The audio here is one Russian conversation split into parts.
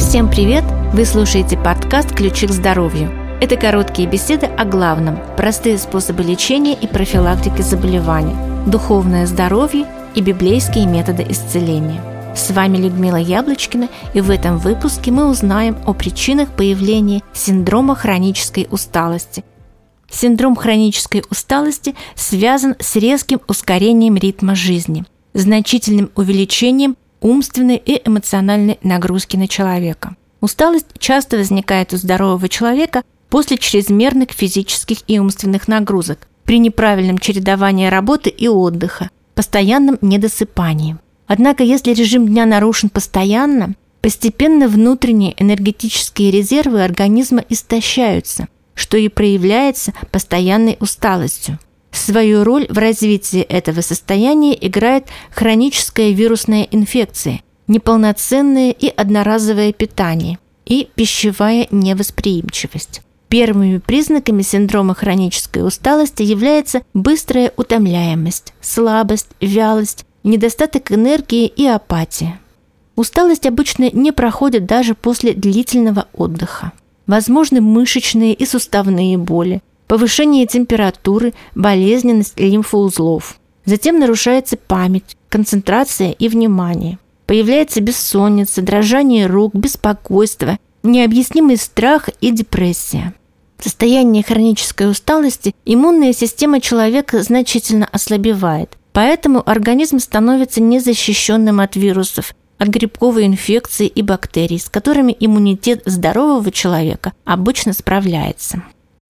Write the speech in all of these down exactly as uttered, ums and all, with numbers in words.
Всем привет! Вы слушаете подкаст «Ключи к здоровью». Это короткие беседы о главном, простые способы лечения и профилактики заболеваний, духовное здоровье и библейские методы исцеления. С вами Людмила Яблочкина, и в этом выпуске мы узнаем о причинах появления синдрома хронической усталости. Синдром хронической усталости связан с резким ускорением ритма жизни, значительным увеличением умственной и эмоциональной нагрузки на человека. Усталость часто возникает у здорового человека после чрезмерных физических и умственных нагрузок, при неправильном чередовании работы и отдыха, постоянном недосыпании. Однако, если режим дня нарушен постоянно, постепенно внутренние энергетические резервы организма истощаются, что и проявляется постоянной усталостью. Свою роль в развитии этого состояния играет хроническая вирусная инфекция, неполноценное и одноразовое питание и пищевая невосприимчивость. Первыми признаками синдрома хронической усталости является быстрая утомляемость, слабость, вялость, недостаток энергии и апатия. Усталость обычно не проходит даже после длительного отдыха. Возможны мышечные и суставные боли, повышение температуры, болезненность лимфоузлов. Затем нарушается память, концентрация и внимание. Появляется бессонница, дрожание рук, беспокойство, необъяснимый страх и депрессия. В состоянии хронической усталости иммунная система человека значительно ослабевает, поэтому организм становится незащищенным от вирусов, от грибковой инфекции и бактерий, с которыми иммунитет здорового человека обычно справляется.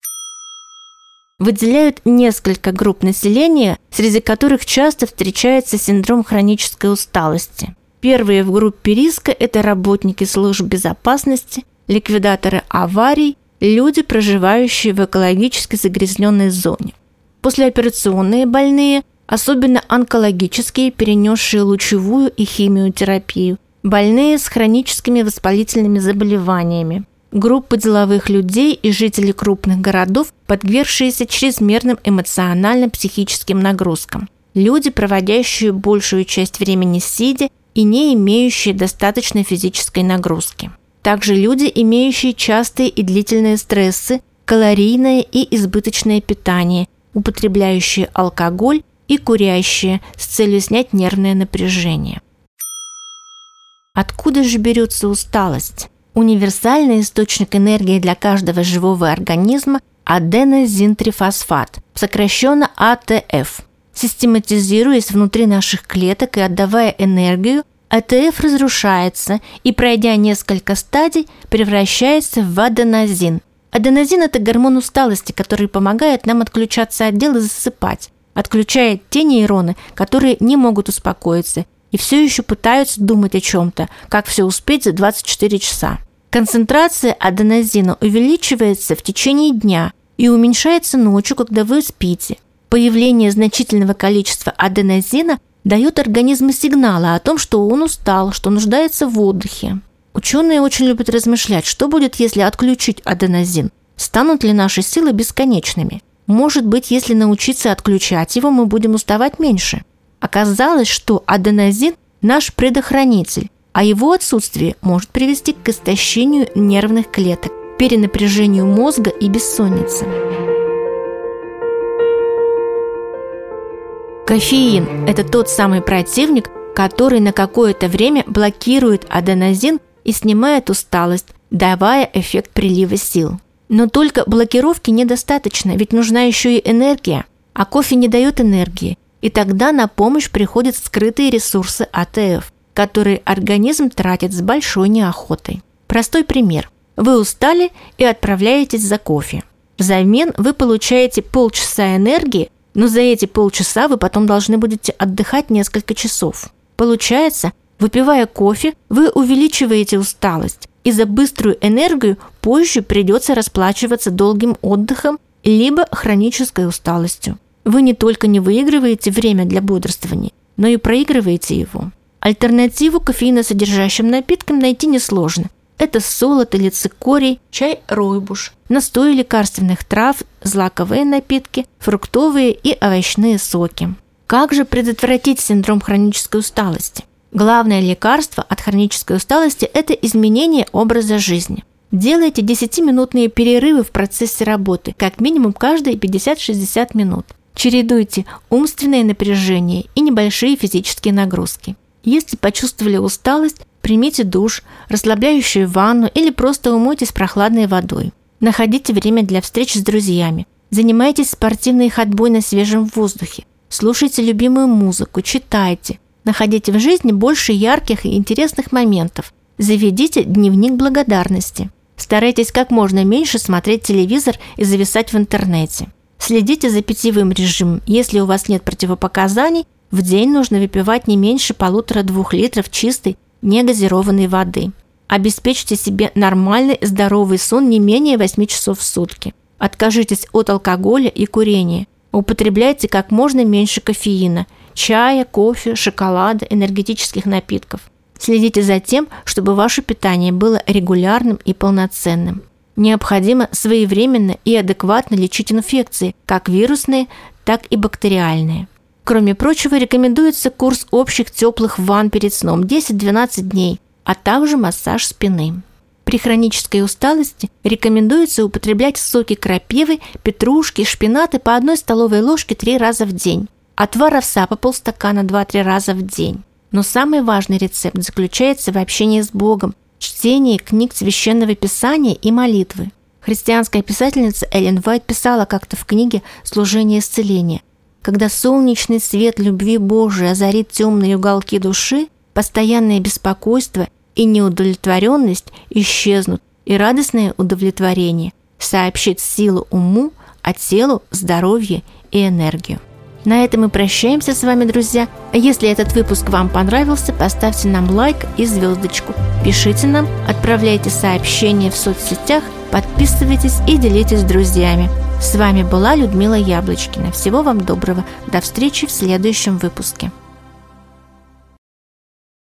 Выделяют несколько групп населения, среди которых часто встречается синдром хронической усталости. Первые в группе риска – это работники служб безопасности, ликвидаторы аварий, люди, проживающие в экологически загрязненной зоне. Послеоперационные больные, особенно онкологические, перенесшие лучевую и химиотерапию, больные с хроническими воспалительными заболеваниями, группы деловых людей и жителей крупных городов, подвергшиеся чрезмерным эмоционально-психическим нагрузкам, люди, проводящие большую часть времени сидя и не имеющие достаточной физической нагрузки. Также люди, имеющие частые и длительные стрессы, калорийное и избыточное питание, употребляющие алкоголь и курящие с целью снять нервное напряжение. Откуда же берется усталость? Универсальный источник энергии для каждого живого организма – аденозин-трифосфат, сокращенно а тэ эф. Систематизируясь внутри наших клеток и отдавая энергию, а тэ эф разрушается и, пройдя несколько стадий, превращается в аденозин. Аденозин – это гормон усталости, который помогает нам отключаться от дел и засыпать, отключает те нейроны, которые не могут успокоиться и все еще пытаются думать о чем-то, как все успеть за двадцать четыре часа. Концентрация аденозина увеличивается в течение дня и уменьшается ночью, когда вы спите. Появление значительного количества аденозина дает организму сигналы о том, что он устал, что нуждается в отдыхе. Ученые очень любят размышлять, что будет, если отключить аденозин. Станут ли наши силы бесконечными? Может быть, если научиться отключать его, мы будем уставать меньше. Оказалось, что аденозин – наш предохранитель, а его отсутствие может привести к истощению нервных клеток, перенапряжению мозга и бессоннице. Кофеин – это тот самый противник, который на какое-то время блокирует аденозин и снимает усталость, давая эффект прилива сил. Но только блокировки недостаточно, ведь нужна еще и энергия, а кофе не дает энергии. И тогда на помощь приходят скрытые ресурсы а тэ эф, которые организм тратит с большой неохотой. Простой пример. Вы устали и отправляетесь за кофе. Взамен вы получаете полчаса энергии, но за эти полчаса вы потом должны будете отдыхать несколько часов. Получается, выпивая кофе, вы увеличиваете усталость, и за быструю энергию позже придется расплачиваться долгим отдыхом либо хронической усталостью. Вы не только не выигрываете время для бодрствования, но и проигрываете его. Альтернативу кофеиносодержащим напиткам найти несложно. Это солод или цикорий, чай ройбуш, настои лекарственных трав, злаковые напитки, фруктовые и овощные соки. Как же предотвратить синдром хронической усталости? Главное лекарство от хронической усталости – это изменение образа жизни. Делайте десятиминутные перерывы в процессе работы, как минимум каждые пятьдесят-шестьдесят минут. Чередуйте умственное напряжение и небольшие физические нагрузки. Если почувствовали усталость, примите душ, расслабляющую ванну или просто умойтесь прохладной водой. Находите время для встреч с друзьями. Занимайтесь спортивной ходьбой на свежем воздухе. Слушайте любимую музыку, читайте. Находите в жизни больше ярких и интересных моментов. Заведите дневник благодарности. Старайтесь как можно меньше смотреть телевизор и зависать в интернете. Следите за питьевым режимом. Если у вас нет противопоказаний, в день нужно выпивать не меньше полутора-двух литров чистой, негазированной воды. Обеспечьте себе нормальный, здоровый сон не менее восьми часов в сутки. Откажитесь от алкоголя и курения. Употребляйте как можно меньше кофеина, чая, кофе, шоколада, энергетических напитков. Следите за тем, чтобы ваше питание было регулярным и полноценным. Необходимо своевременно и адекватно лечить инфекции, как вирусные, так и бактериальные. Кроме прочего, рекомендуется курс общих теплых ванн перед сном десять-двенадцать дней, а также массаж спины. При хронической усталости рекомендуется употреблять соки крапивы, петрушки, шпината по одной столовой ложке три раза в день, отвар овса по полстакана два-три раза в день. Но самый важный рецепт заключается в общении с Богом, чтении книг Священного Писания и молитвы. Христианская писательница Эллен Уайт писала как-то в книге «Служение исцеления»: «Когда солнечный свет любви Божией озарит темные уголки души, постоянное беспокойство и неудовлетворенность исчезнут, и радостное удовлетворение сообщит силу уму, а телу здоровье и энергию». На этом мы прощаемся с вами, друзья. Если этот выпуск вам понравился, поставьте нам лайк и звездочку. Пишите нам, отправляйте сообщения в соцсетях, подписывайтесь и делитесь с друзьями. С вами была Людмила Яблочкина. Всего вам доброго. До встречи в следующем выпуске.